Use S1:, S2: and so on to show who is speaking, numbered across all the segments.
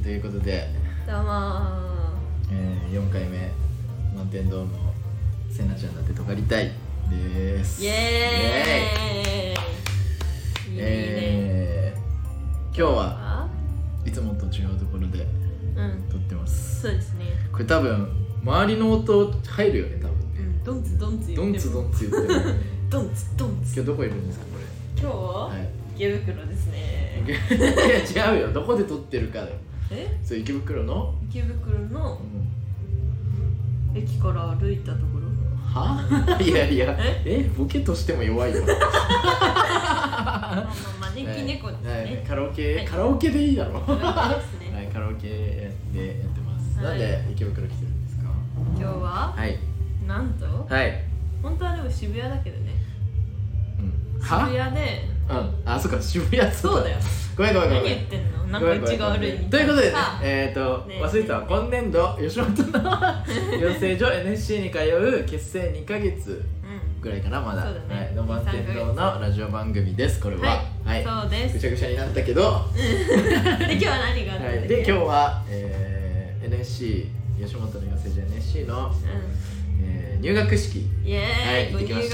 S1: ということで
S2: どうも
S1: 4回目満天堂のせなちゃんだってとかりたいです。
S2: イエーイ、いいね。
S1: 今日はいつもと違うところで撮ってます、
S2: そうですね。
S1: これ多分周りの音入るよね多分ね、
S2: ドンツドンツ
S1: ドンツドンツ言ってる
S2: ドンツドンツ。
S1: 今日どこいるんですかこれ。
S2: 今日、
S1: はい、
S2: 池袋ですね。
S1: いや違うよ、どこで撮ってるかだよ。そう池袋の
S2: 駅から歩いたところ。
S1: はいやいやボケとしても弱いよ
S2: 招き猫ですね、
S1: カラオケでいいだろ
S2: カラオケですね。
S1: はい、カラオケでやってます、なんで池袋来てるんですか
S2: 今日はなんと本当はでも渋谷だけどね、渋谷で
S1: あ、そっか渋谷
S2: そうだよ。
S1: ごめん
S2: 何言ってんの、なんかうちが悪いみたいな。
S1: ということでね、忘れてたわ。今年度吉本の養成所 NSC に通う結成2ヶ月ぐらいかな、まだの満天堂のラジオ番組です。これは
S2: そうです。
S1: ぐちゃぐちゃになったけど
S2: で今日は何があったんだっけ。
S1: で今日は NSC 吉本の養成所 NSC の入学式
S2: イエーイ、
S1: 行ってきました。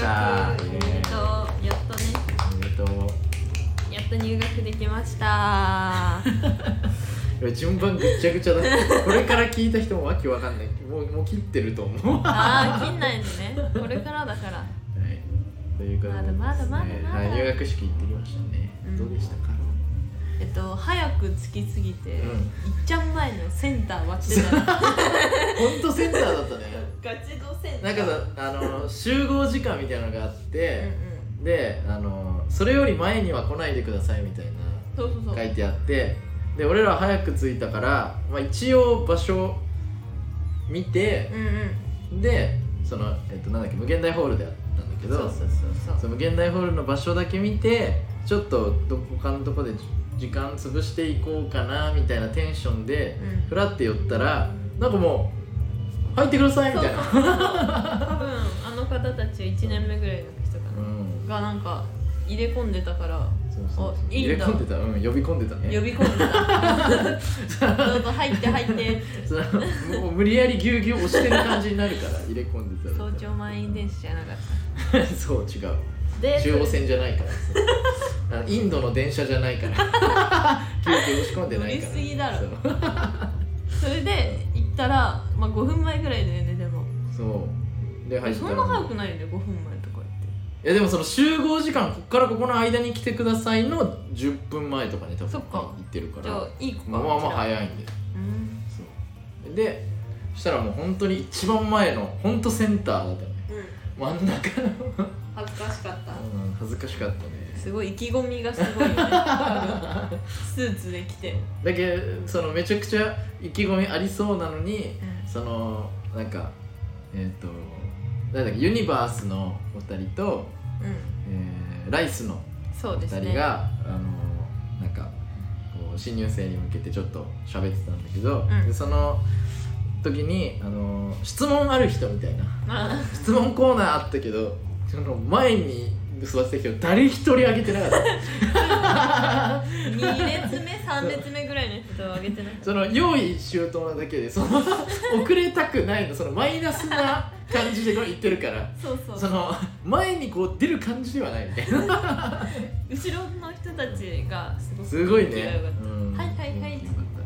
S2: おめでとう。やっとね、
S1: おめでとう。
S2: やっと入学できました
S1: 順番ぐっちゃぐちゃだこれから聞いた人もわけわかんない。もう切ってると思う
S2: 切んないのね、これからだから
S1: ということで
S2: まだ
S1: 入学式行ってきましたね、どうでしたか。
S2: 早く着きすぎて、いっちゃん前のセンター割ってた
S1: ほんとセンターだったね
S2: ガチのセンター。
S1: なんかさ、集合時間みたいなのがあってで、それより前には来ないでくださいみたいな書いてあって、で俺らは早く着いたから、一応場所見て、でなんだっけ、無限大ホールでやったんだけど、その無限大ホールの場所だけ見て、ちょっと他のとこで時間潰していこうかなみたいなテンションでふらって寄ったら、なんかもう入ってくださいみたいな。多分
S2: あの方たち1年目ぐらいの人かな、がなんか入れ込んでたから、いいんだ、
S1: 入れ込んでた、呼び込んでたね。
S2: 呼び込んでたどうぞ入って
S1: もう無理やりぎゅうぎゅう押してる感じになるから入れ込んでたら。
S2: 早朝満員電車じゃなかった
S1: そう違う、中央線じゃないからインドの電車じゃないからぎゅうぎゅう押し込んでないから。
S2: 乗りすぎだろそれで行ったら、5分前ぐらいだよね。でも
S1: そうで入ったら、
S2: そんな早くないよね、5分前とか
S1: いやでもその集合時間こっからここの間に来てくださいの10分前とかに多分行ってるから、
S2: じゃあいい子か、
S1: まあ早いんで、そうでそしたらもう本当に一番前の本当センターだったね、真ん中の
S2: 恥ずかしかった、
S1: 恥ずかしかったね。
S2: すごい意気込みがすごいよねスーツで来て
S1: だけどめちゃくちゃ意気込みありそうなのに、なんかなんだっけ、ユニバースのお二人と、ライスのお二人が、なんかこう新入生に向けてちょっと喋ってたんだけど、でその時に質問ある人みたいな質問コーナーあったけど、その前に座ってた人誰一人挙げてなかった
S2: 2列目3列目ぐらいの人は挙げてなかった
S1: その用意周到なだけで遅れたくないの、そのマイナスな感じで言ってるからその前にこう出る感じではないみたいな
S2: 後ろの人たちが
S1: すごいね、
S2: はいはいはい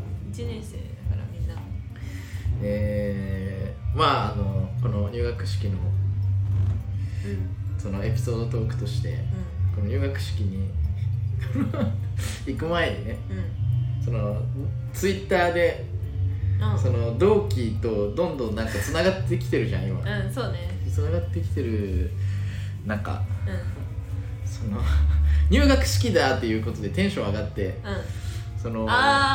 S2: 1年生だからみんな
S1: この入学式のそのエピソードトークとして、この入学式に行く前にね、そのツイッターでその同期とどんどんなんかつながってきてるじゃん今。
S2: そうね。
S1: つながってきてる中、その入学式だっていうことでテンション上がって、その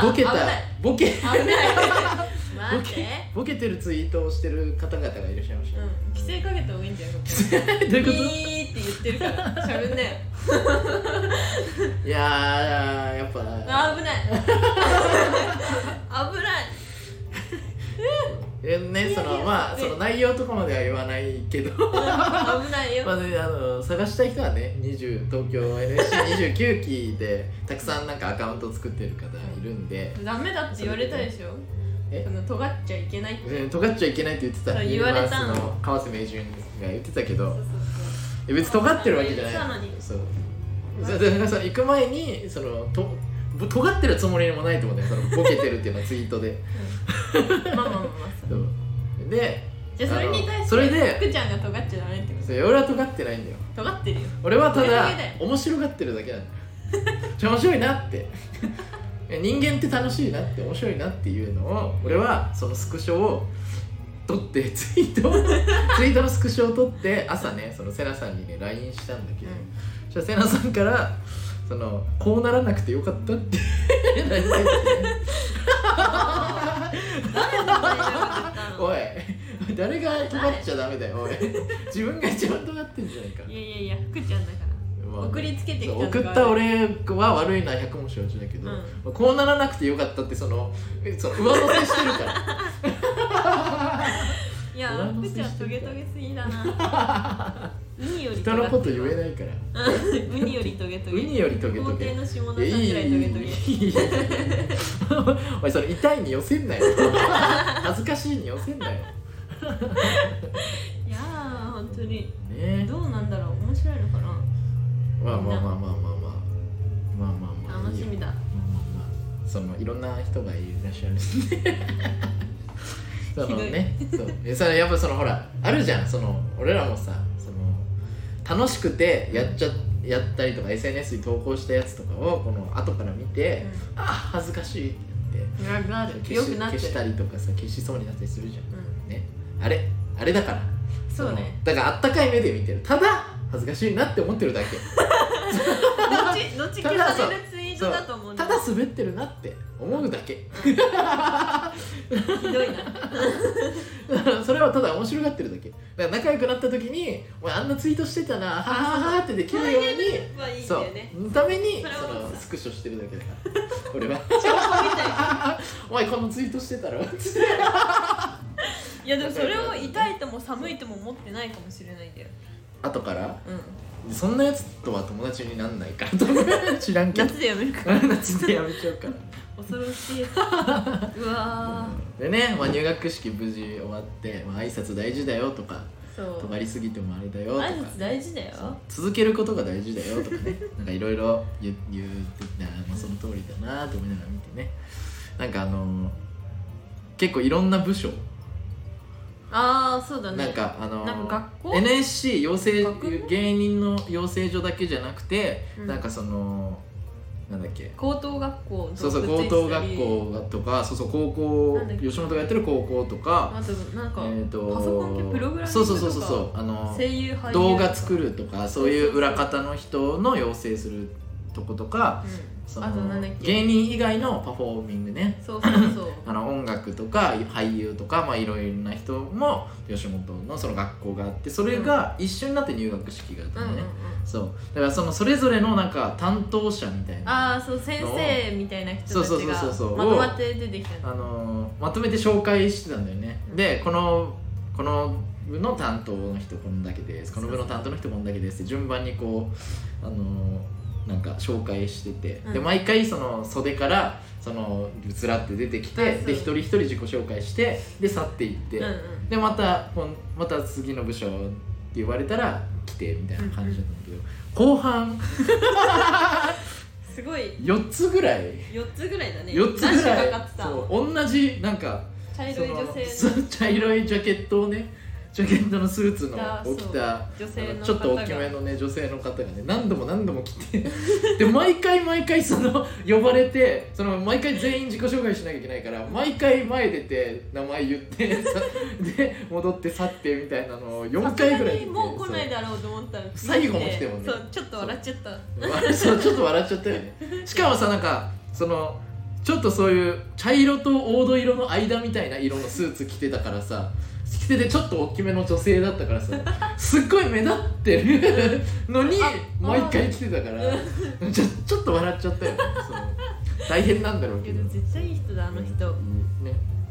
S1: ボケてるツイートをしてる方々がいらっしゃいました。
S2: 規制かけた方がいいんだよ。
S1: どういうこと？
S2: ピーって言ってるから喋んなよ。
S1: いやーやっぱ
S2: 危ない危ない。
S1: ね、そのまあその内容とかまでは言わないけど
S2: 危ないよ、
S1: まあね、探したい人はね東京 NSC29 期でたくさんなんかアカウント作ってる方いるんで
S2: ダメだって言われたでしょ。その尖っちゃいけないって、
S1: 尖っちゃいけないって言ってた。
S2: 言われたの
S1: 川瀬名人が言ってたけど、別に尖ってるわけじゃない。そうだからさ、行く前にその尖ってるつもりもないと思うんだよ、そのボケてるっていうのはツイートで
S2: まあ
S1: で、
S2: じゃあそれに対して福ちゃんが尖っちゃダメってこと。
S1: 俺は尖ってないんだよ。
S2: 尖ってるよ。
S1: 俺はただ面白がってるだけなんだよ面白いなって人間って楽しいなって面白いなっていうのを、俺はそのスクショを撮ってツイートのスクショを撮って朝ね、そのセナさんにね LINE したんだけど、そしたらセナさんからそのこうならなくてよかったってLINE が来ておい誰が尖っちゃダメだよおい自分が一番尖ってんじゃないか。
S2: いや福ちゃんだから、送りつけてきたのが
S1: 送った俺は悪いのは100も承知だけど、こうならなくてよかったってその上乗せしてるから
S2: いや福ちゃんトゲトゲすぎだなウニより
S1: 人のこと言えないから
S2: ウニよりトゲトゲ、
S1: ウニよりトゲトゲ、
S2: 皇帝の下田さんぐらいトゲトゲ
S1: おいそれ痛いに寄せんなよ恥ずかしいに寄せんなよ
S2: いやー本当に、
S1: ね、
S2: どうなんだろう、面白いのかな。
S1: まあ
S2: 楽しみだ。
S1: そのいろんな人がいらっしゃるんでそのね、それやっぱそのほらあるじゃん、その俺らもさ、その楽しくてやったりとか SNS に投稿したやつとかをこの後から見て、あ恥ずかしいって言って消したりとかさ、消しそうになったりするじゃん、ね、あれだから、
S2: そうね、
S1: だからあったかい目で見てる、ただ恥ずかしいなって思ってるだけ
S2: 後消されるツイートだと思うんだ。
S1: ただ滑ってるなって思うだけ
S2: ひどい
S1: なそれはただ面白がってるだけだから仲良くなった時に「お前あんなツイートしてたなははは」ってできるように、そうのためにそのスクショしてるだけだから俺はお前このツイートしてたろ
S2: いやでもそれを痛いとも寒いとも思ってないかもしれないんだよ。
S1: 後から、そんなやつとは友達になんないからと知らんけど
S2: 夏でやめるから
S1: 夏でやめちゃうから
S2: 恐ろしい。うわ
S1: でね、入学式無事終わって、挨拶大事だよとか、尖りすぎてもあれだよとか、
S2: 挨拶大事だよ、
S1: 続けることが大事だよとかねなんかいろいろ言ってた、その通りだなと思いながら見てね、なんか結構いろんな部署、
S2: そうだね、
S1: なんか
S2: なんか学校
S1: NSC 養成芸人の養成所だけじゃなくて、なんかそのなんだっけ、
S2: 高等学校、
S1: 高等学校とか、高校、吉本がやってる高校とか、
S2: あとなんかパソコン系プログラミングとか、
S1: そう
S2: 声優俳優
S1: 動画作るとか、そういう裏方の人の養成するとことか、その
S2: あとなんだっけ、
S1: 芸人以外のパフォーミングね、音楽とか俳優とか、いろいろな人も吉本のその学校があって、それが一緒になって入学式があったのね、そうだからそれぞれのなんか担当者みたいな、
S2: そう先生みたいな人たちがまとまって出てきた
S1: まとめて紹介してたんだよね、でこの部の担当の人こんだけです、この部の担当の人こんだけですって順番にこうなんか紹介してて、で毎回その袖からそのずらって出てきて、で一人一人自己紹介してで去っていって、でまた次の部署って言われたら来てみたいな感じだったんだけど、後半
S2: すごい
S1: 4つぐらいだね。
S2: 4つぐらい
S1: 同じなんか
S2: 茶色い女性の
S1: 茶色いジャケットをね、ジャケットのスーツの着たちょっと大きめのね女性の方がね何度も来てで毎回その呼ばれて、その毎回全員自己紹介しなきゃいけないから、毎回前出て名前言ってで戻って去ってみたいなのを4回ぐらい
S2: もう来ないだろうと思ったら
S1: 最後も来てもね、
S2: ちょっと笑っちゃった
S1: ちょっと笑っちゃったよね。しかもさ、なんかそのちょっとそういう茶色と黄土色の間みたいな色のスーツ着てたからさ、着ててちょっと大きめの女性だったからさ、すっごい目立ってるのに毎回来てたからちょっと笑っちゃったよね。大変なんだろうけど、
S2: 絶対いい人だあの人、
S1: ね、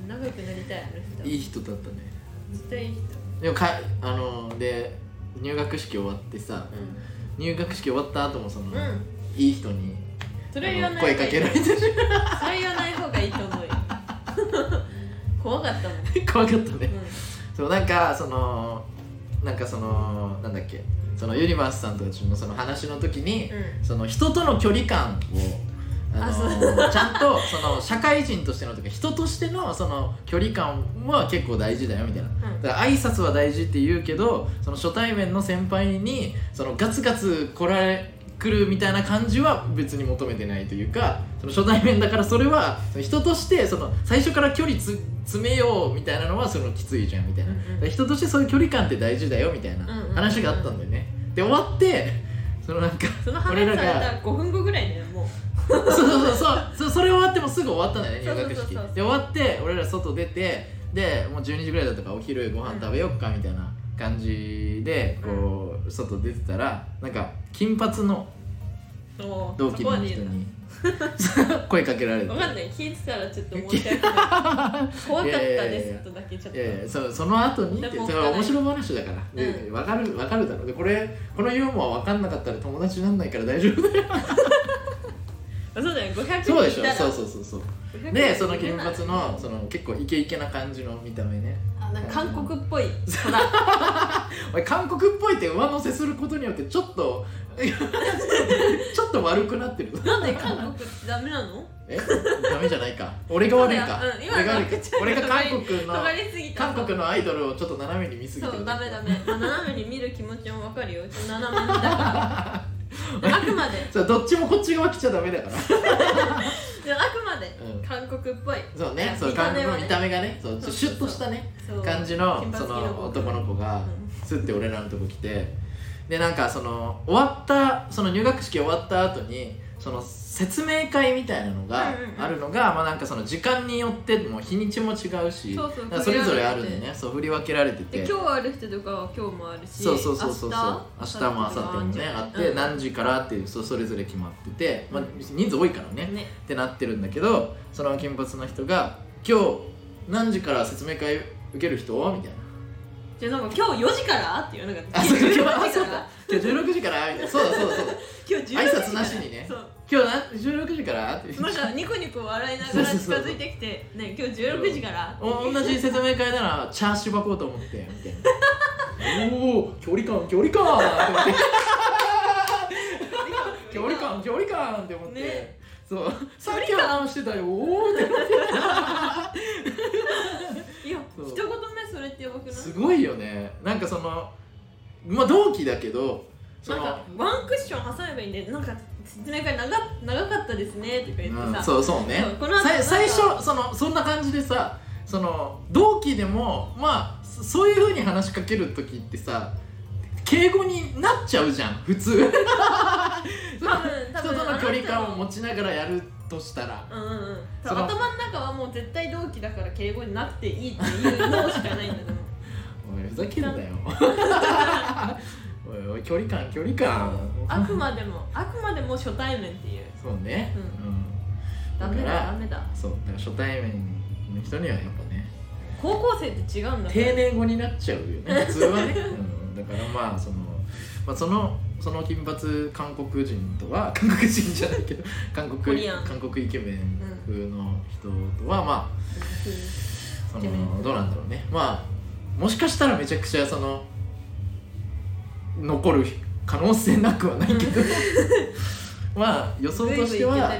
S2: 仲良くなりたい。
S1: いい人だったね。
S2: 絶対いい人。
S1: でもで入学式終わってさ、入学式終わった後もその、いい人に
S2: それ言わない
S1: 声かけられてる。それ
S2: 言わない方がいいと思うよ。怖かったもん。
S1: 怖かったね。そうなんかそのなんだっけ、そのユニバースさんたちのその話の時に、その人との距離感をちゃんとその社会人としてのとか人としてのその距離感は結構大事だよみたいな、だから挨拶は大事って言うけど、その初対面の先輩にそのガツガツ来るみたいな感じは別に求めてないというか、その初対面だからそれは人としてその最初から距離詰めようみたいなのはそのきついじゃんみたいな、人としてそういう距離感って大事だよみたいな話があったんだよね。で終わってそのなんか
S2: その話されたら5分後ぐらいだよもう。
S1: それ終わってもすぐ終わったんだよね、入学式で終わって俺ら外出て、でもう12時ぐらいだったからお昼ご飯食べよっかみたいな感じでこう外出てたら、なんか金髪の同期の人に声かけられて、
S2: 分かんない、聞いてたらちょっと申し訳ない怖かったですとだけちょっと
S1: その後にってそれは面白い話だから、分かるだろう。でこのユーモア分かんなかったら友達になんないから大丈夫だよ。
S2: そうだよ、500人
S1: そうでしょ。そうでその金髪のその結構イケイケな感じの見た目ね、
S2: なんか韓国っぽい
S1: おい韓国っぽいって上乗せすることによってちょっと悪くなってる。
S2: なんで韓国ってダメなの？
S1: ダメじゃないか、俺が悪いか。俺が韓国のアイドルをちょっと斜めに見すぎてる。
S2: そうダメ、斜めに見る気持ちも分かるよ、斜めにだからあくまで
S1: どっちもこっち側来ちゃダメだから。
S2: あくまで韓国っぽい。
S1: そうね、韓国の見た目がね、シュッとしたね感じのその男の子がスッて俺らのとこ来て、でなんかそのその入学式終わった後にその説明会みたいなのがあるのが、まあなんかその時間によっても日にちも違うし、それぞれあるんでね、そう振り分けられてて、
S2: 今日ある人とかは今日もあるし、
S1: そう明日も明後日もねあって、何時からっていうそれぞれ決まってて、まあ人数多いからねってなってるんだけど、その金髪の人が今日何時から説明会受ける人みたいな。
S2: じゃあなんか今日4時からって言わなかった。
S1: 今日16時からみたいな。そうだ
S2: 今日
S1: 挨拶なしにね、今日16時からって
S2: なんかニコニコ笑いながら近づいてきてね、今日16時から
S1: 同じ説明会ならチャーシューばこうと思ってみたいな。おお距離感って思って距離感って思って、そうさっきは話してたよおおって思って。
S2: いや一言目それってやばくない？
S1: すごいよね。なんかそのまあ同期だけど、
S2: なんかワンクッション挟めばいいんで、なんか説明会長かったですねとか言ってさ、
S1: そうね、最初そんな感じでさ、その同期でもまあそういう風に話しかける時ってさ敬語になっちゃうじゃん普通。人との距離感を持ちながらやるとしたら、
S2: 頭の中はもう絶対同期だから敬語になくていいっていうのしかないんだけど。
S1: おいふざけんなよ。おい距離感
S2: あくまでも初対面っていう。
S1: そうね、
S2: ダメだ
S1: そうだから初対面の人にはやっぱね、
S2: 高校生って違うんだから
S1: 丁寧語になっちゃうよね普通はね。だからまあその金髪韓国人とは韓国人じゃないけど韓国イケメン風の人とはまあどうなんだろうね。まあもしかしたらめちゃくちゃ残る可能性なくはないけどまあ予想としてはまあ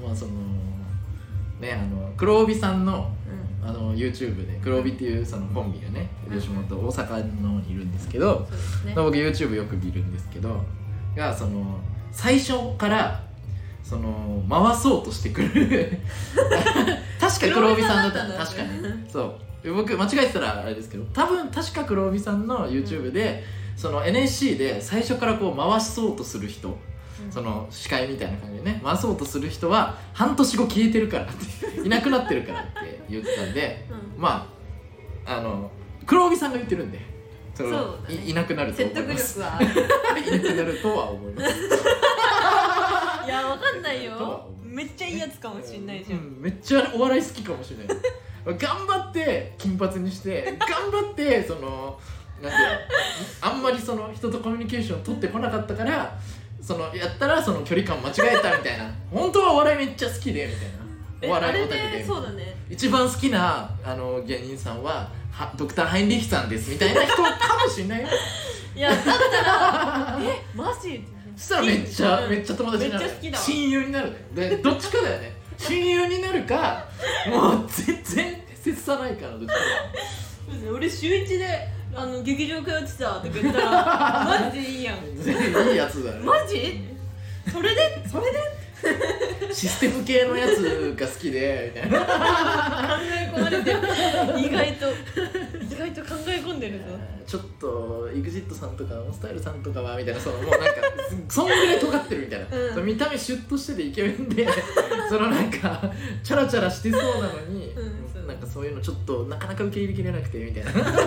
S1: 黒帯さんのYouTube で黒帯っていうそのコンビがね、吉本大阪のにいるんですけど、僕 YouTube よく見るんですけどが最初から回そうとしてくる確か黒帯さんだった確かにそう僕間違えてたらあれですけど、多分確か黒帯さんの YouTube で、NSC で最初からこう回そうとする人、司会みたいな感じでね回そうとする人は半年後消えてるからっていなくなってるからって言ってたんで、まあ黒帯さんが言ってるんでいなくなると思います。
S2: 説得力はある
S1: いなくなるとは思います。
S2: いやわかんないよ、めっちゃいいやつかもしれないじゃん、
S1: めっちゃお笑い好きかもしれない。 頑張って金髪にして頑張ってそのなんていうのあんまりその人とコミュニケーション取ってこなかったからそのやったらその距離感間違えたみたいな本当はお笑いめっちゃ好きでみたいなお笑いオタクで
S2: そうだね
S1: 一番好きな芸人さんはドクター・ハインリヒさんですみたいな人かもしれないよ
S2: いやだったらマジ
S1: そしたらめっちゃ友達になる
S2: めっちゃ好きだわ
S1: 親友になるねでどっちかだよね親友になるかもう全然切さないかなどっちか
S2: だ俺週1で劇場通ってたとか言ったらマジでいいやん
S1: いいやつだね
S2: マジそれで
S1: システム系のやつが好きでみたいな
S2: 考え込まれてる意外と考え込んでるぞ
S1: ちょっと EXIT さんとかモンスタイルさんとかはみたいなそのもうなんかそんぐらい尖ってるみたいな、その見た目シュッとしててイケメンでそのなんかチャラチャラしてそうなのに、なんかそういうのちょっとなかなか受け入れきれなくてみたいな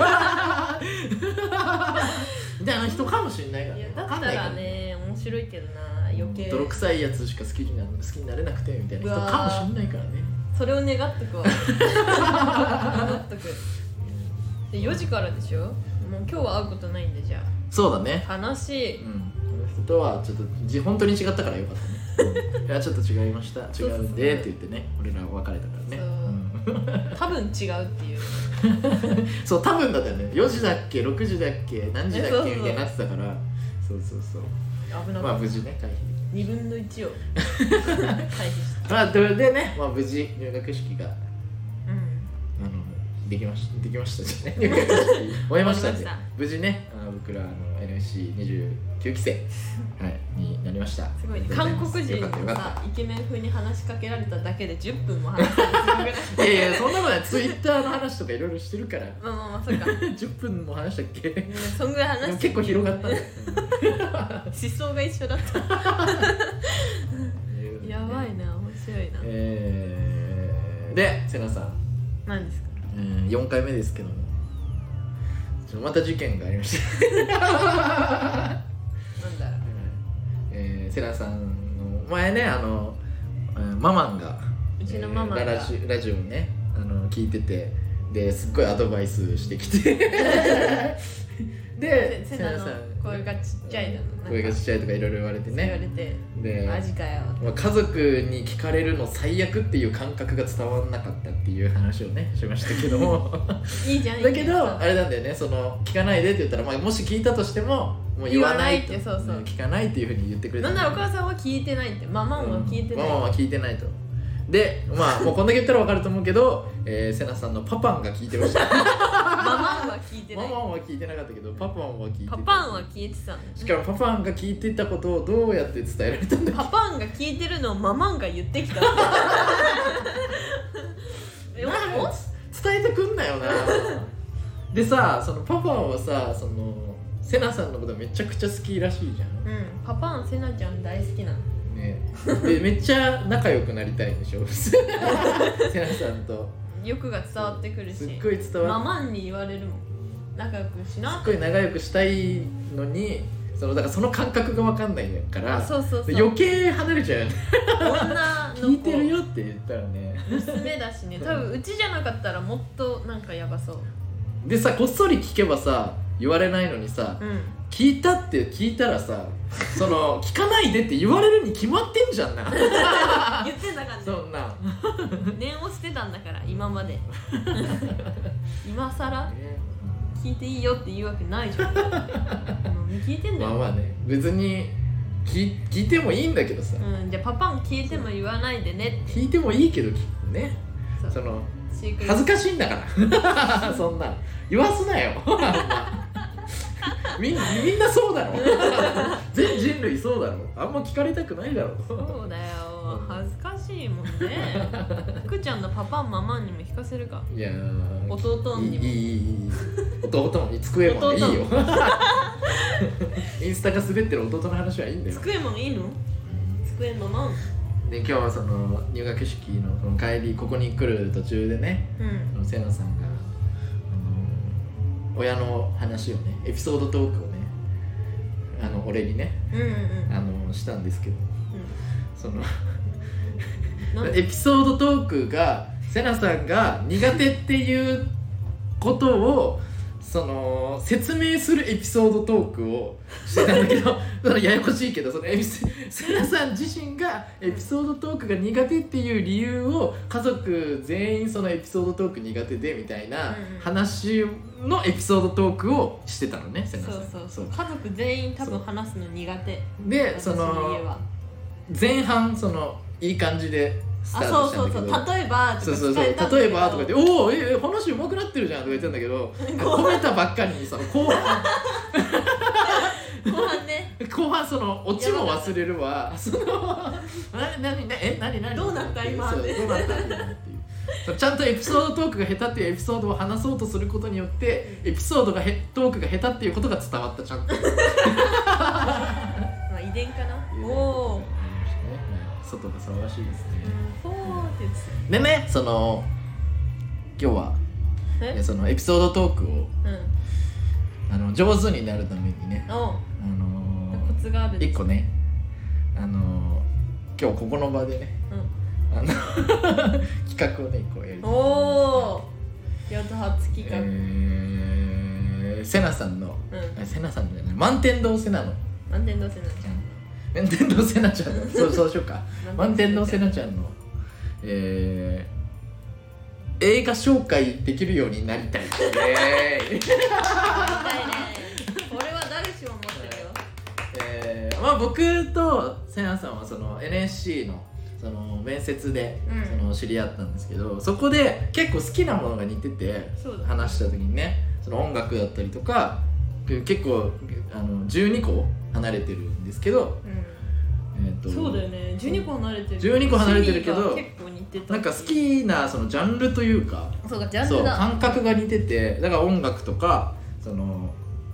S1: みたいな人かもしれないから、
S2: いやだったらね面白いけどな余計
S1: 泥臭いやつしか好きになれなくてみたいな人かもしれないからね
S2: それを願っとくわ願っとくで4時からでしょもう今日は会うことないんでじゃあ
S1: そうだね
S2: 悲しい、
S1: この人とはちょっと本当に違ったからよかったねいやちょっと違いました違うんでって言ってね俺ら別れたからね
S2: 多分違うっていう
S1: そう多分だったよね4時だっけ6時だっけ何時だっけみたいになってたからそう
S2: 危なかった
S1: まあ無事ね回避
S2: 2分の1を回避した
S1: まあでね、まあ、無事入学式ができましたじゃね入学式終えましたんで無事ね僕らNSC29 期生、はい、になりました
S2: すごいね韓国人のさイケメン風に話しかけられただけで10分も話したりするぐらい
S1: いやそんなことないツイッターの話とかいろいろしてるから
S2: まあそうか
S1: 10分も話したっけ
S2: そんぐらい話して
S1: 結構広がったね
S2: 思想が一緒だったやばいな面白いな
S1: で瀬名さん
S2: 何ですか
S1: 4回目ですけどもまた事件がありました
S2: なんだろ
S1: うセラさんの前ねママンが
S2: うちのママンが、
S1: ラジオをね聞いててですっごいアドバイスしてきてで
S2: セナの声がちっちゃい
S1: とかいろいろ言われてね
S2: 言われて
S1: で
S2: マジかよ
S1: 家族に聞かれるの最悪っていう感覚が伝わんなかったっていう話をねしましたけども
S2: いいじゃん
S1: だけどあれなんだよねその聞かないでって言ったら、まあ、もし聞いたとしてももう言わないって
S2: そう
S1: 聞かないっていうふうに言ってくれた
S2: なんならお母さんは聞いてないってママンは聞いてない、
S1: ママンは聞いてないとでまあもうこんだけ言ったら分かると思うけどセナさんのパパンが聞いてました
S2: ママンは聞いてない
S1: ママンは聞いてなかったけどパパンは聞いてた
S2: パパンは聞いてたの、ね、
S1: しかもパパンが聞いてたことをどうやって伝えられたんだっけ
S2: パパンが聞いてるのをママンが言ってきた
S1: 伝えてくんなよなでさそのパパンはさそのセナさんのことめちゃくちゃ好きらしいじゃん
S2: パパンセナちゃん大好きなの
S1: ね、でめっちゃ仲良くなりたいんでしょセナさんと
S2: 欲が伝わってくるし
S1: すっごい伝わって
S2: ママンに言われるもん仲良くしな
S1: すっごい仲良くしたいのにだからその感覚が分かんないから
S2: そう
S1: 余計離れちゃうよね
S2: 女の子
S1: 聞いてるよって言ったらね
S2: 娘だしね多分うちじゃなかったらもっとなんかやばそう
S1: でさこっそり聞けばさ言われないのにさ、聞いたって聞いたらさその聞かないでって言われるに決まってんじゃんな
S2: 言ってたからね
S1: そんな
S2: 念をしてたんだから今まで今さら聞いていいよって言うわけないじゃん聞いてんだよ
S1: まあね別に聞いてもいいんだけどさ、
S2: じゃあパパン聞いても言わないでねって
S1: 聞いてもいいけどねその恥ずかしいんだからそんな言わすなよみんなそうだろ全人類そうだろあんま聞かれたくないだろ
S2: そうだよ恥ずかしいもんね福ちゃんのパパンママンにも聞かせるか
S1: いや
S2: 弟にも
S1: いい弟も机もいいよインスタが滑ってる弟の話はいいんだよ
S2: 机もいいの机ママン
S1: で今日はその入学式のその帰りここに来る途中でね、セナさんが親の話をねエピソードトークをね俺にね、したんですけど、そのエピソードトークがセナさんが苦手っていうことをその説明するエピソードトークをしてたんだけどそのややこしいけどそのセナさん自身がエピソードトークが苦手っていう理由を家族全員そのエピソードトーク苦手でみたいな話のエピソードトークをしてたのね、セナさん。
S2: そう家族全員多分話すの苦手
S1: で、その前半そのいい感じでスタートしたんだけど、
S2: 例えばとか
S1: 例えばとか言っておお話上手くなってるじゃんとか言ってんだけど褒めたばっかりにその後半
S2: ね
S1: 後半そのオチも忘れるわその何
S2: どうなった今
S1: どうなったっていうちゃんとエピソードトークが下手っていうエピソードを話そうとすることによってエピソードがトークが下手っていうことが伝わったちゃんと
S2: まあ遺伝かな。おお
S1: 外が騒がしいですね。
S2: で
S1: ね、その今日はそのエピソードトークを、上手になるためにね、
S2: コツがある。
S1: 一個ね、今日ここの場でね、企画をね一個やりたい。
S2: おお、やっと初企画。
S1: セナさんの、セナさんじゃない、満天堂セナの。
S2: 満天堂セナちゃん。
S1: 満天堂セナちゃんのそうしようか。満天堂セナちゃんの、映画紹介できるようになりたいね。
S2: これは誰しも持ってるよ。
S1: まあ僕とセナさんはその NSC のその面接でその知り合ったんですけど、そこで結構好きなものが似てて話した時にね、その音楽だったりとか結構12個離れてるんですけど、
S2: そうだよね、12個離れてる。
S1: 12個離れてるけど
S2: 結構似てた。
S1: なんか好きなそのジャンルというか、
S2: そうかジャンルだ。
S1: 感覚が似てて、だから音楽とかその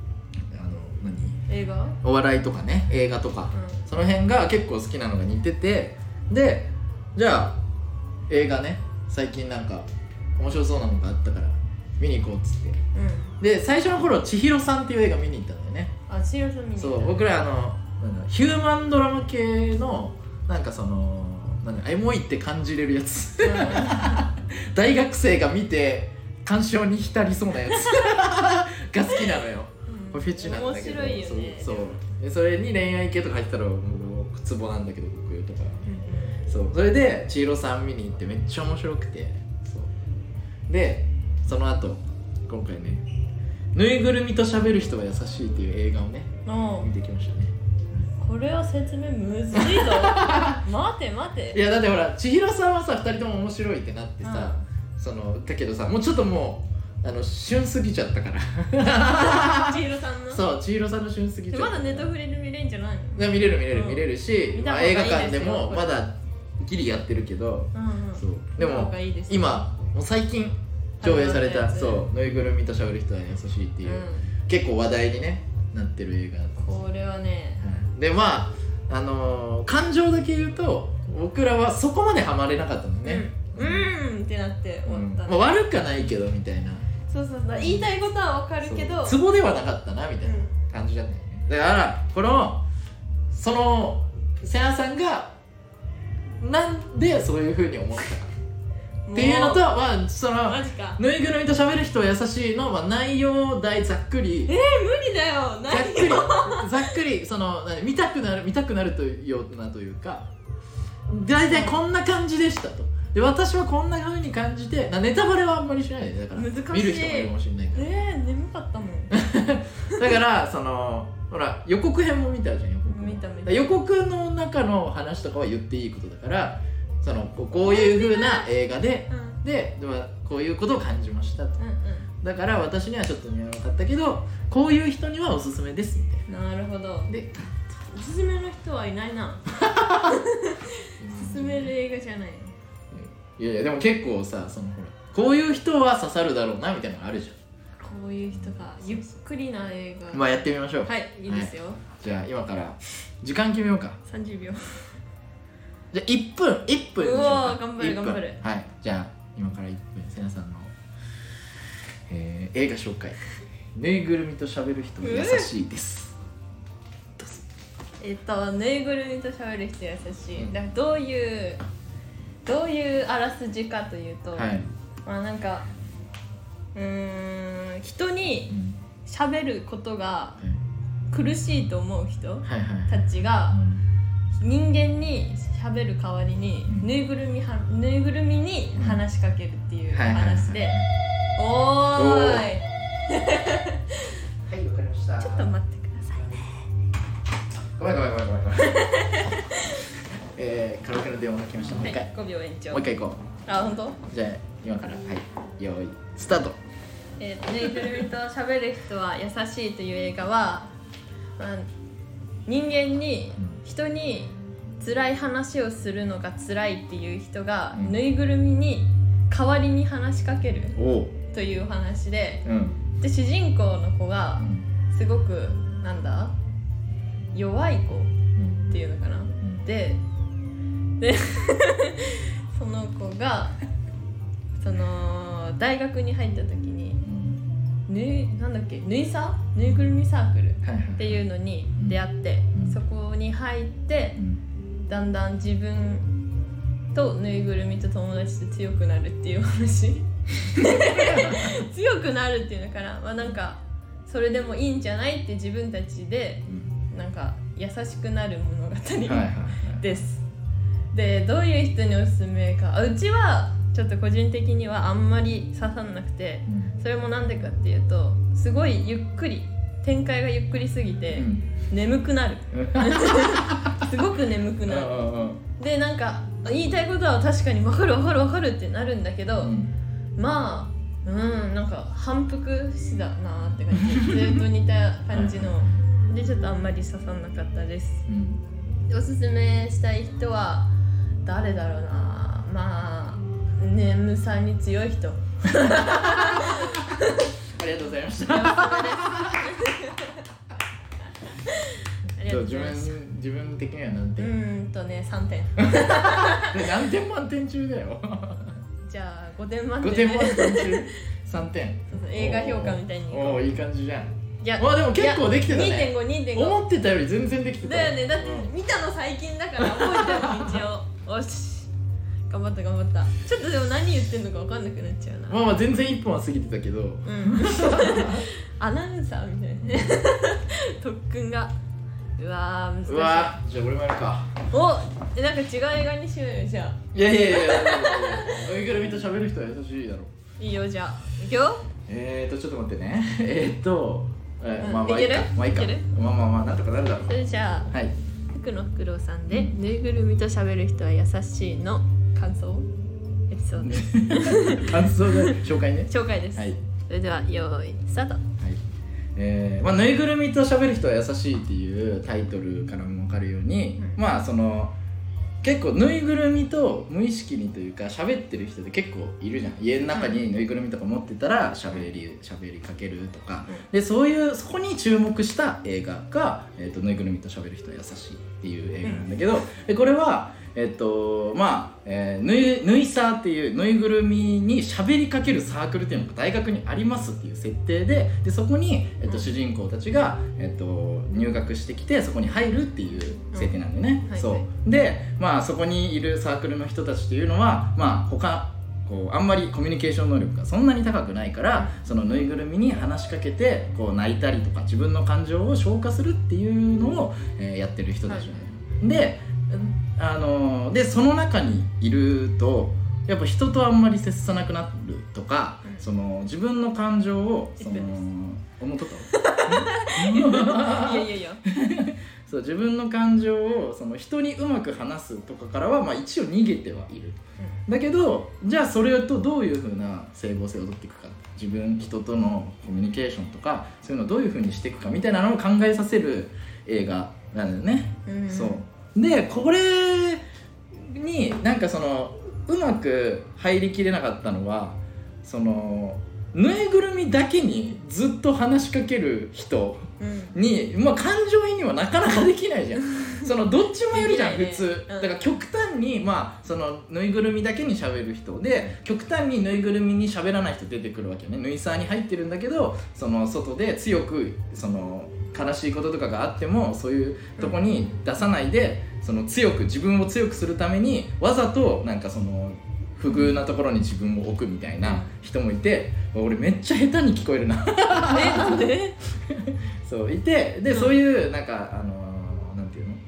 S2: 映画、
S1: お笑いとかね、映画とか、その辺が結構好きなのが似てて、でじゃあ映画ね最近なんか面白そうなのがあったから見に行こうっつって、で最初の頃千尋さんっていう映画見に行ったんだよね。
S2: 千尋さん見に行った。
S1: そう僕らヒューマンドラマ系のなんかそのエモいって感じれるやつ大学生が見て感傷に浸りそうなやつが好きなのよ。フェチなんだけど
S2: 面白いよね。
S1: そうでそれに恋愛系とか入ってたらもうツボなんだけど僕とか、そうそれで千尋さん見に行ってめっちゃ面白くて、そうでその後今回ねぬいぐるみと喋る人が優しいっていう映画をね見てきましたね。
S2: これは説明むずいぞ待て
S1: いやだってほら千尋さんはさ2人とも面白いってなってさ、そのだけどさもうちょっともう旬すぎちゃったから
S2: 千尋さんの
S1: そう千尋さんの旬すぎちゃった。
S2: まだネットフリで見れるんじゃないの？
S1: 見れるし、まあ、映画館でもまだギリやってるけど、そうでも今もう最近上映されたそうぬいぐるみと喋る人は優しいっていう、結構話題にねなってる映画。
S2: これはね、
S1: でまあ感情だけ言うと僕らはそこまでハマれなかったのね。
S2: ってなって終わった。
S1: まあ悪くはないけどみたいな。
S2: そう言いたいことは分かるけど
S1: ツボではなかったなみたいな感じだったよね。だからそのセナさんがなんでそういう風に思ったかっていうのと、まあそのぬいぐるみと喋る人は優しいの、まあ、内容大ざっくり
S2: 無理だよ
S1: ざっくりその見たくなるというようなというか大体こんな感じでしたと。で私はこんな風に感じてネタバレはあんまりしないで、だから
S2: 難しい
S1: 見る人もいるかもしれないから
S2: 眠かったもん
S1: だからそのほら予告編も見たじゃん。
S2: 見た
S1: 予告の中の話とかは言っていいことだから、そのこういう風な映画で、でこういうことを感じましたと、だから私にはちょっと似合わなかったけどこういう人にはおすすめですみたいな。
S2: なるほど。でおすすめの人はいないな勧める映画じゃない。
S1: いやでも結構さそのほらこういう人は刺さるだろうなみたいなのがあるじゃん。
S2: こういう人がゆっくりな映画。
S1: まあやってみましょう。
S2: はいいいですよ、
S1: じゃあ今から時間決めようか。
S2: 30秒
S1: じゃあ1分にしようか。
S2: うわ頑張る
S1: はい。じゃあ今から1分セナさんの、映画紹介ぬいぐるみと喋る人が優しいです、
S2: ぬいぐるみと喋る人優しい、だからどういうどういうあらすじかというと、
S1: はい、
S2: まあなんか人に喋ることが苦しいと思う人たちが人間に喋る代わりにぬいぐるみに話しかけるっていう話で、おーいはい、わかりました。ちょっと待ってくださいね。
S1: ごめんカラオケの電話が来ました。もう一回、
S2: 5秒延長。
S1: もう一回行こ
S2: う。あ、本当？
S1: じゃあ今から、はい、用意スタート。
S2: ぬいぐるみと喋る人は優しいという映画は、人間に人に辛い話をするのが辛いっていう人が、ぬいぐるみに代わりに話しかけるというお話で、で主人公の子がすごくなんだ弱い子っていうのかな、でその子がその大学に入った時になんだっけぬいぐるみサークルっていうのに出会って、そこに入ってだんだん自分とぬいぐるみと友達で強くなるっていう話強くなるっていうのかな、まあなんかそれでもいいんじゃないって自分たちでなんか優しくなる物語です。でどういう人におすすめか、うちはちょっと個人的にはあんまり刺さんなくて、それもなんでかっていうとすごいゆっくり展開がゆっくりすぎて、眠くなるすごく眠くなるで、なんか言いたいことは確かに分かるってなるんだけど、まあなんか反復しだなって感じずっと似た感じのでちょっとあんまり刺さんなかったです、おすすめしたい人は誰だろうな、まあ眠さに強い人あ
S1: りがとうございました自分的には何点
S2: ？3点
S1: 何点満点中だよ
S2: じゃあ5点満点
S1: 5点満点中3点
S2: そう映画評価みたいに
S1: おおいい感じじゃん。
S2: いや
S1: まあでも結構できてたね。
S2: 2.5
S1: 思ってたより全然できてた
S2: だよね。だって見たの最近だから覚えてる一応よし頑張ったちょっとでも何言ってんのか分かんなくなっちゃうな。
S1: まあ全然1分は過ぎてたけど
S2: アナウンサーみたいな特訓がうわー難しい。
S1: うわじゃあ俺もやるか。
S2: なんか違う映画にしようよじゃあ。
S1: いやぬいぐるみと喋る人は優しいだろ。
S2: いいよじゃあいくよ。
S1: ちょっと待ってねまあ
S2: いける？
S1: まあいいか。まあなんとかなるだろう。
S2: それじゃあ、はい、福野フクロウさんでぬいぐるみと喋る人は優しいの感想エピソードです
S1: 感想で紹介ね。
S2: 紹介です、はい、それでは用意スタート。
S1: まあ、ぬいぐるみと喋る人は優しいっていうタイトルからも分かるように、まあその結構ぬいぐるみと無意識にというか喋ってる人って結構いるじゃん。家の中にぬいぐるみとか持ってたら喋りかけるとか、でそこに注目した映画が、ぬいぐるみと喋る人は優しいっていう映画なんだけど、でこれはまあ、ぬいさーっていうぬいぐるみに喋りかけるサークルっていうのが大学にありますっていう設定でそこに、主人公たちが、入学してきてそこに入るっていう設定なんだよね、そうで、まあそこにいるサークルの人たちっていうのはまああんまりコミュニケーション能力がそんなに高くないからそのぬいぐるみに話しかけて泣いたりとか自分の感情を消化するっていうのを、やってる人たちなんだよ、でその中にいるとやっぱ人とあんまり接さなくなるとか、その自分の感情を思っとったいやそう自分の感情を人にうまく話すとかからは、まあ、一応逃げてはいる、だけどじゃあそれとどういうふうな整合性を取っていくか、人とのコミュニケーションとかそういうのをどういうふうにしていくかみたいなのを考えさせる映画なんだよね、そうでこれになんかうまく入りきれなかったのはぬいぐるみだけにずっと話しかける人に、まあ感情移入はなかなかできないじゃんどっちもやるじゃん普通、だから極端にまあぬいぐるみだけに喋る人で極端にぬいぐるみに喋らない人出てくるわけよね。ぬいさーに入ってるんだけど外で強く悲しいこととかがあってもそういうとこに出さないでその自分を強くするためにわざとなんかその不遇なところに自分を置くみたいな人もいて、俺めっちゃ下手に聞こえるな
S2: なんで
S1: そういて、でそういうなんかなんていうの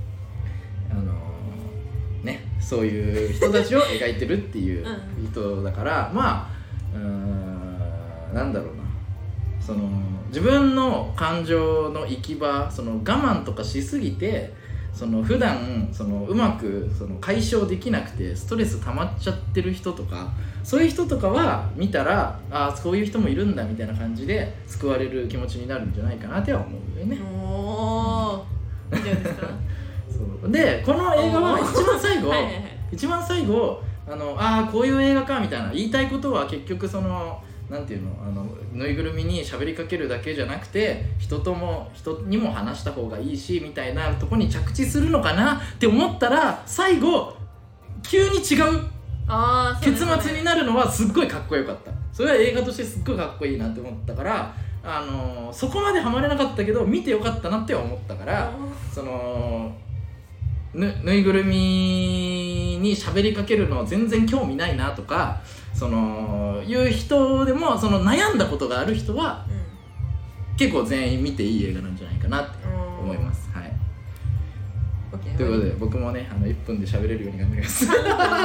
S1: ね、そういう人たちを描いてるっていう人だからまあなんだろうな、その自分の感情の行き場、その我慢とかしすぎてその普段そのうまくその解消できなくてストレス溜まっちゃってる人とか、そういう人とかは見たらそういう人もいるんだみたいな感じで救われる気持ちになるんじゃないかなっては思うよね。
S2: いいじゃないですか
S1: そうでこの映画は一番最後一番最後こういう映画かみたいな言いたいことは結局そのなんていうのぬいぐるみに喋りかけるだけじゃなくて人にも話した方がいいしみたいなとこに着地するのかなって思ったら最後急に違う結末になるのはすっごいかっこよかった。それは映画としてすっごいかっこいいなって思ったからそこまでハマれなかったけど見てよかったなって思ったから、そのぬいぐるみに喋りかけるの全然興味ないなとかそのいう人でもその悩んだことがある人は、結構全員見ていい映画なんじゃないかなって思います。はい。ということで僕もね1分で喋れるように頑張ります。3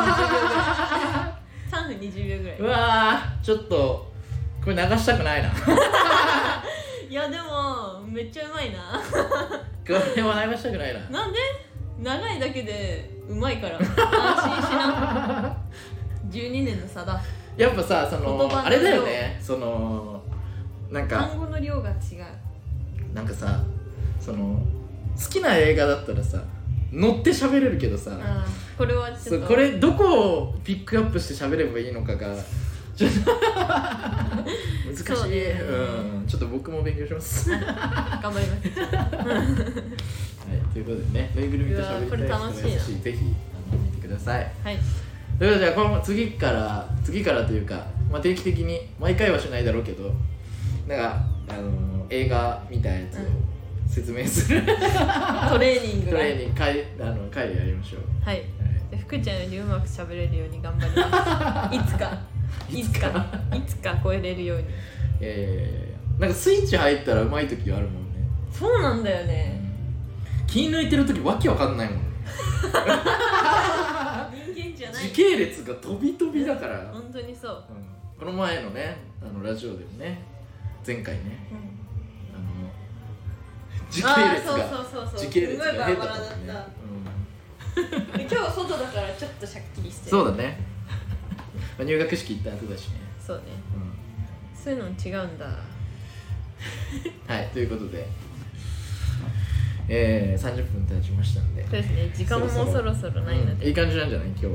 S2: 分20秒ぐらい。
S1: うわーちょっとこれ流したくないな。
S2: いやでもめっちゃうまいな。
S1: これは流したくないな。
S2: なんで？長いだけでうまいから安心しな。12年の差だ。
S1: やっぱさそのあれだよね、そのなんか
S2: 単語の量が違う。
S1: なんかさその好きな映画だったらさ乗って喋れるけどさ、
S2: これはちょっと
S1: これどこをピックアップして喋ればいいのかがちょっと難しい、ちょっと僕も勉強します。
S2: 頑張ります。
S1: はい、ということでね、ぬいぐるみと喋りたい人が優しい、ぜひ見てください。
S2: はい。
S1: ということで、この次からというか、定期的に毎回はしないだろうけど、なんか映画見たやつを説明する、
S2: トレーニング
S1: 会やりましょう。
S2: はい。福ちゃんよりうまく喋れるように頑張ります。いつか超えれるように。
S1: なんかスイッチ入ったらうまい時あるもんね。
S2: そうなんだよね。
S1: 気抜いてる時わけわかんないもんね。
S2: 人間じゃない。
S1: 時系列が飛び飛びだから。
S2: 本当にそう。
S1: この前のねラジオでもね、前回ね、時系列が時系列が変だったもんね。
S2: 今日外だからちょっとシャッキリしてる。
S1: そうだね。入学式行った後だしね。
S2: そうね。そういうの違うんだ。
S1: はい、ということで、30分経ちましたんで。
S2: そうですね。時間ももうそろそろないので。
S1: いい感じなんじゃない今日。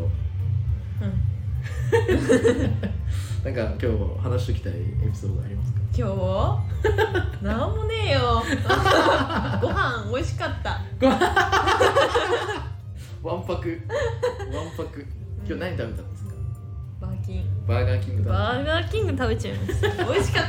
S1: なんか今日話しておきたいエピソードありますか？
S2: 今日？なんもねえよ。ご飯美味しかった。
S1: わんぱく。今日何食べたんですか？
S2: バーガーキング食べちゃいました。美味しかった。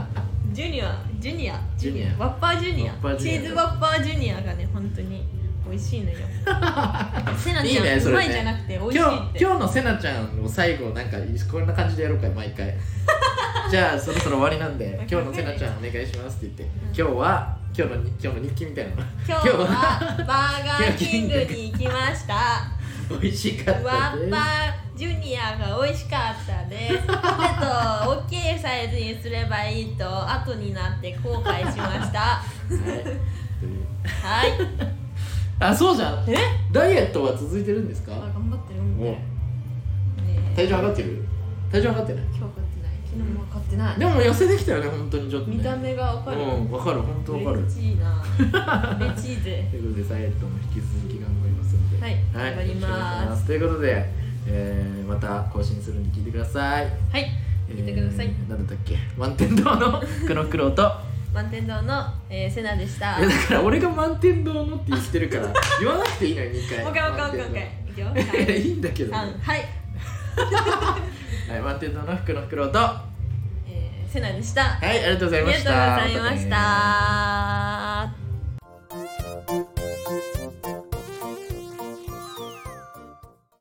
S2: ジュニアワッパージュニアチーズワッパージュニアがね本当に美味しいのよ。セナちゃんいいね、それね、うまいじゃなくて美味しいって。今
S1: 日のセナちゃんを最後なんかこんな感じでやろうか毎回。じゃあそろそろ終わりなんで今日のセナちゃんお願いしますって言って、今日の日記みたいなの。
S2: 今日はバーガーキングに行きました。
S1: 美味しかったです。
S2: ワッパージュニアが美味しかったです。大きいサイズにすればいいと後になって後悔しました。はい。
S1: そうじゃん。ダイエットは続いてるんですか？
S2: 頑張ってるんで。
S1: 体重測ってる？体重測ってない？
S2: 今日測ってない。昨日も測ってない。
S1: でも痩せてきたよね本当にちょっとね。
S2: 見た目がわかる。
S1: わかる本当わかる。
S2: 嬉しいな。嬉しいぜ。
S1: ということでダイエットも引き続き頑張りますので。
S2: はい。頑張ります。
S1: ということで、また更新するんで聞いてください。
S2: はい。聞いてください。
S1: なんだっけ？満天堂の黒黒と。
S2: 満天堂の、セナでした。
S1: だから俺が満天堂のって言ってるから言わなくていいのよ2回。
S2: オッケー。いくよ。
S1: いいんだけど、ね。
S2: はい。
S1: はい、満天堂の福の袋と、
S2: セナでした。
S1: はい、ありがとうございました。
S2: ありがとうございました。